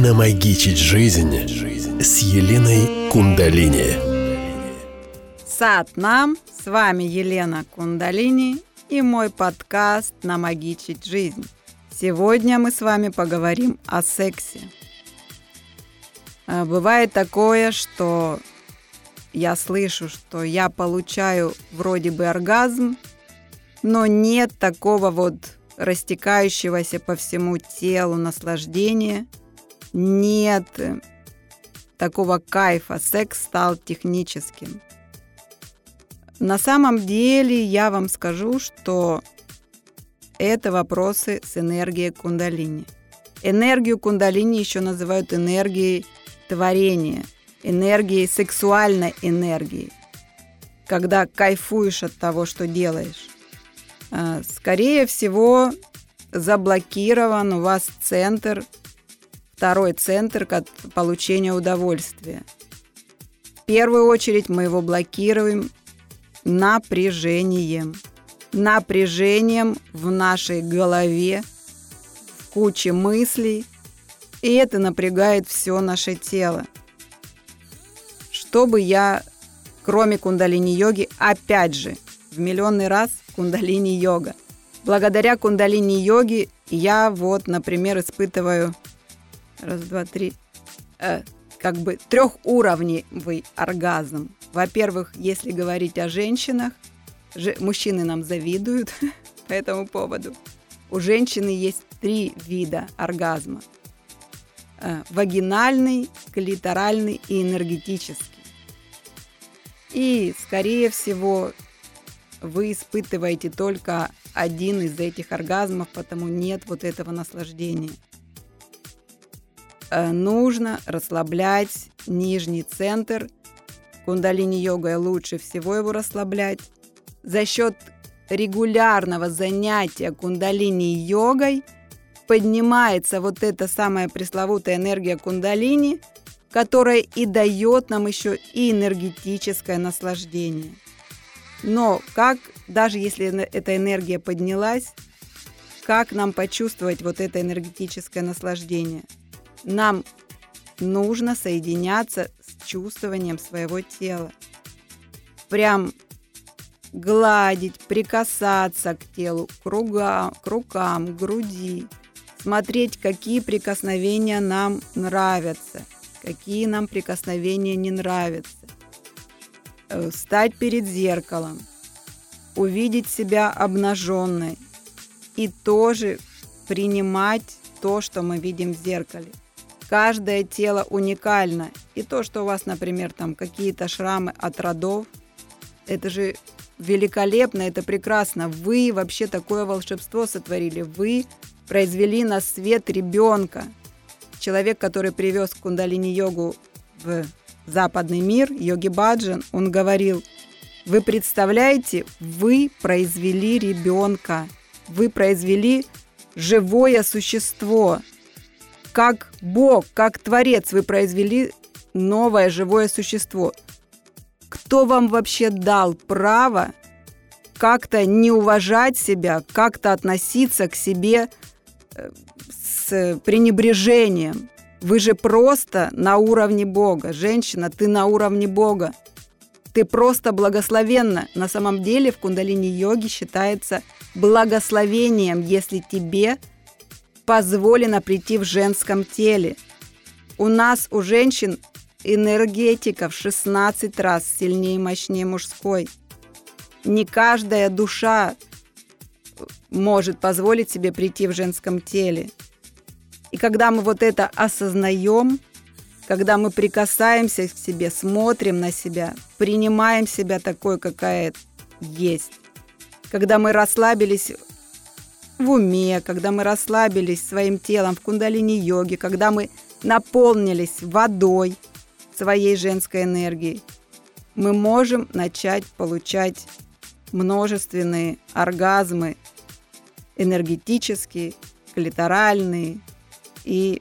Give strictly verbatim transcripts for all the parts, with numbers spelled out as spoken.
Намагичить жизнь с Еленой Кундалини. Сат нам, с вами Елена Кундалини и мой подкаст «Намагичить жизнь». Сегодня мы с вами поговорим о сексе. Бывает такое, что я слышу, что я получаю вроде бы оргазм, но нет такого вот растекающегося по всему телу наслаждения, нет такого кайфа, секс стал техническим. На самом деле я вам скажу, что это вопросы с энергией кундалини. Энергию кундалини еще называют энергией творения, энергией, сексуальной энергией, когда кайфуешь от того, что делаешь. Скорее всего, заблокирован у вас центр, второй центр от получения удовольствия. В первую очередь мы его блокируем напряжением. Напряжением в нашей голове, в куче мыслей, и это напрягает все наше тело. Чтобы я, кроме кундалини-йоги, опять же, в миллионный раз кундалини-йога. Благодаря кундалини-йоге я вот, например, испытываю раз, два, три, э, как бы трехуровневый оргазм. Во-первых, если говорить о женщинах, же, мужчины нам завидуют по этому поводу. У женщины есть три вида оргазма. Э, вагинальный, клиторальный и энергетический. И, скорее всего, вы испытываете только один из этих оргазмов, потому нет вот этого наслаждения. Э, нужно расслаблять нижний центр. Кундалини-йогой лучше всего его расслаблять. За счет регулярного занятия кундалини-йогой поднимается вот эта самая пресловутая энергия кундалини, которая и дает нам еще и энергетическое наслаждение. Но как, даже если эта энергия поднялась, как нам почувствовать вот это энергетическое наслаждение? Нам нужно соединяться с чувствованием своего тела. Прям гладить, прикасаться к телу, к рукам, к рукам, к груди. Смотреть, какие прикосновения нам нравятся, какие нам прикосновения не нравятся. Встать перед зеркалом, увидеть себя обнаженной и тоже принимать то, что мы видим в зеркале. Каждое тело уникально. И то, что у вас, например, там какие-то шрамы от родов, это же великолепно, это прекрасно. Вы вообще такое волшебство сотворили. Вы произвели на свет ребенка. Человек, который привез кундалини-йогу в западный мир, Йоги Баджан, он говорил: вы представляете, вы произвели ребенка, вы произвели живое существо. Как Бог, как Творец, вы произвели новое живое существо. Кто вам вообще дал право как-то не уважать себя, как-то относиться к себе с пренебрежением? Вы же просто на уровне Бога. Женщина, ты на уровне Бога. Ты просто благословенна. На самом деле в кундалини-йоге считается благословением, если тебе позволено прийти в женском теле. У нас, у женщин, энергетика в шестнадцать раз сильнее и мощнее мужской. Не каждая душа может позволить себе прийти в женском теле. И когда мы вот это осознаем, когда мы прикасаемся к себе, смотрим на себя, принимаем себя такой, какая есть, когда мы расслабились в уме, когда мы расслабились своим телом в кундалини-йоге, когда мы наполнились водой, своей женской энергией, мы можем начать получать множественные оргазмы энергетические, клиторальные и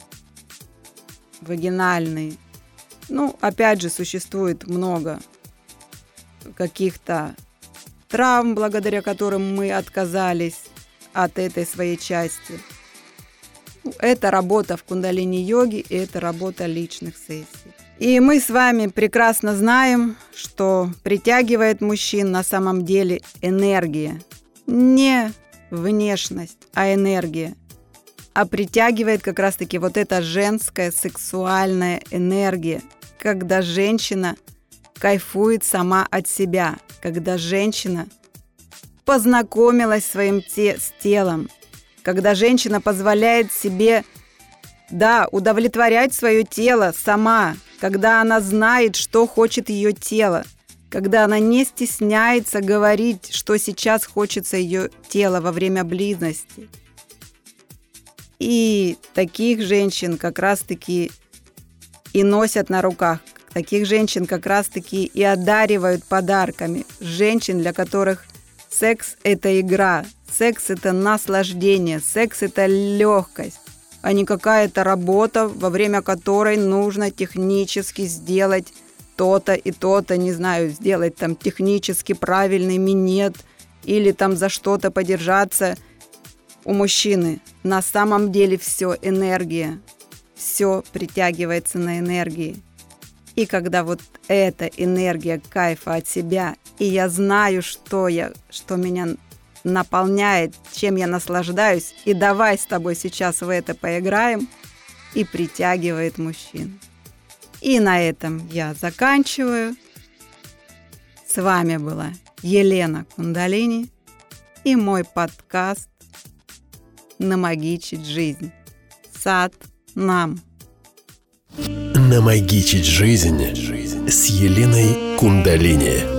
вагинальные. Ну, опять же, существует много каких-то травм, благодаря которым мы отказались от этой своей части. это работа в кундалини-йоге, и это работа личных сессий. И мы с вами прекрасно знаем, что притягивает мужчин на самом деле энергия. Не внешность, а энергия. А притягивает как раз-таки вот эта женская сексуальная энергия, когда женщина кайфует сама от себя, когда женщина познакомилась своим те, с телом, когда женщина позволяет себе, да, удовлетворять свое тело сама, когда она знает, что хочет ее тело, когда она не стесняется говорить, что сейчас хочется ее тело во время близости. И таких женщин как раз-таки и носят на руках, таких женщин как раз-таки и одаривают подарками. Женщин, для которых секс – это игра, секс – это наслаждение, секс – это легкость, а не какая-то работа, во время которой нужно технически сделать то-то и то-то, не знаю, сделать там технически правильный минет или там за что-то подержаться. У мужчины на самом деле все энергия, все притягивается на энергии. И когда вот эта энергия кайфа от себя, и я знаю, что я, что меня наполняет, чем я наслаждаюсь, и давай с тобой сейчас в это поиграем, и притягивает мужчин. И на этом я заканчиваю. С вами была Елена Кундалини и мой подкаст «Намагичить жизнь». Сат нам. Намагичить жизнь с Еленой Кундалини.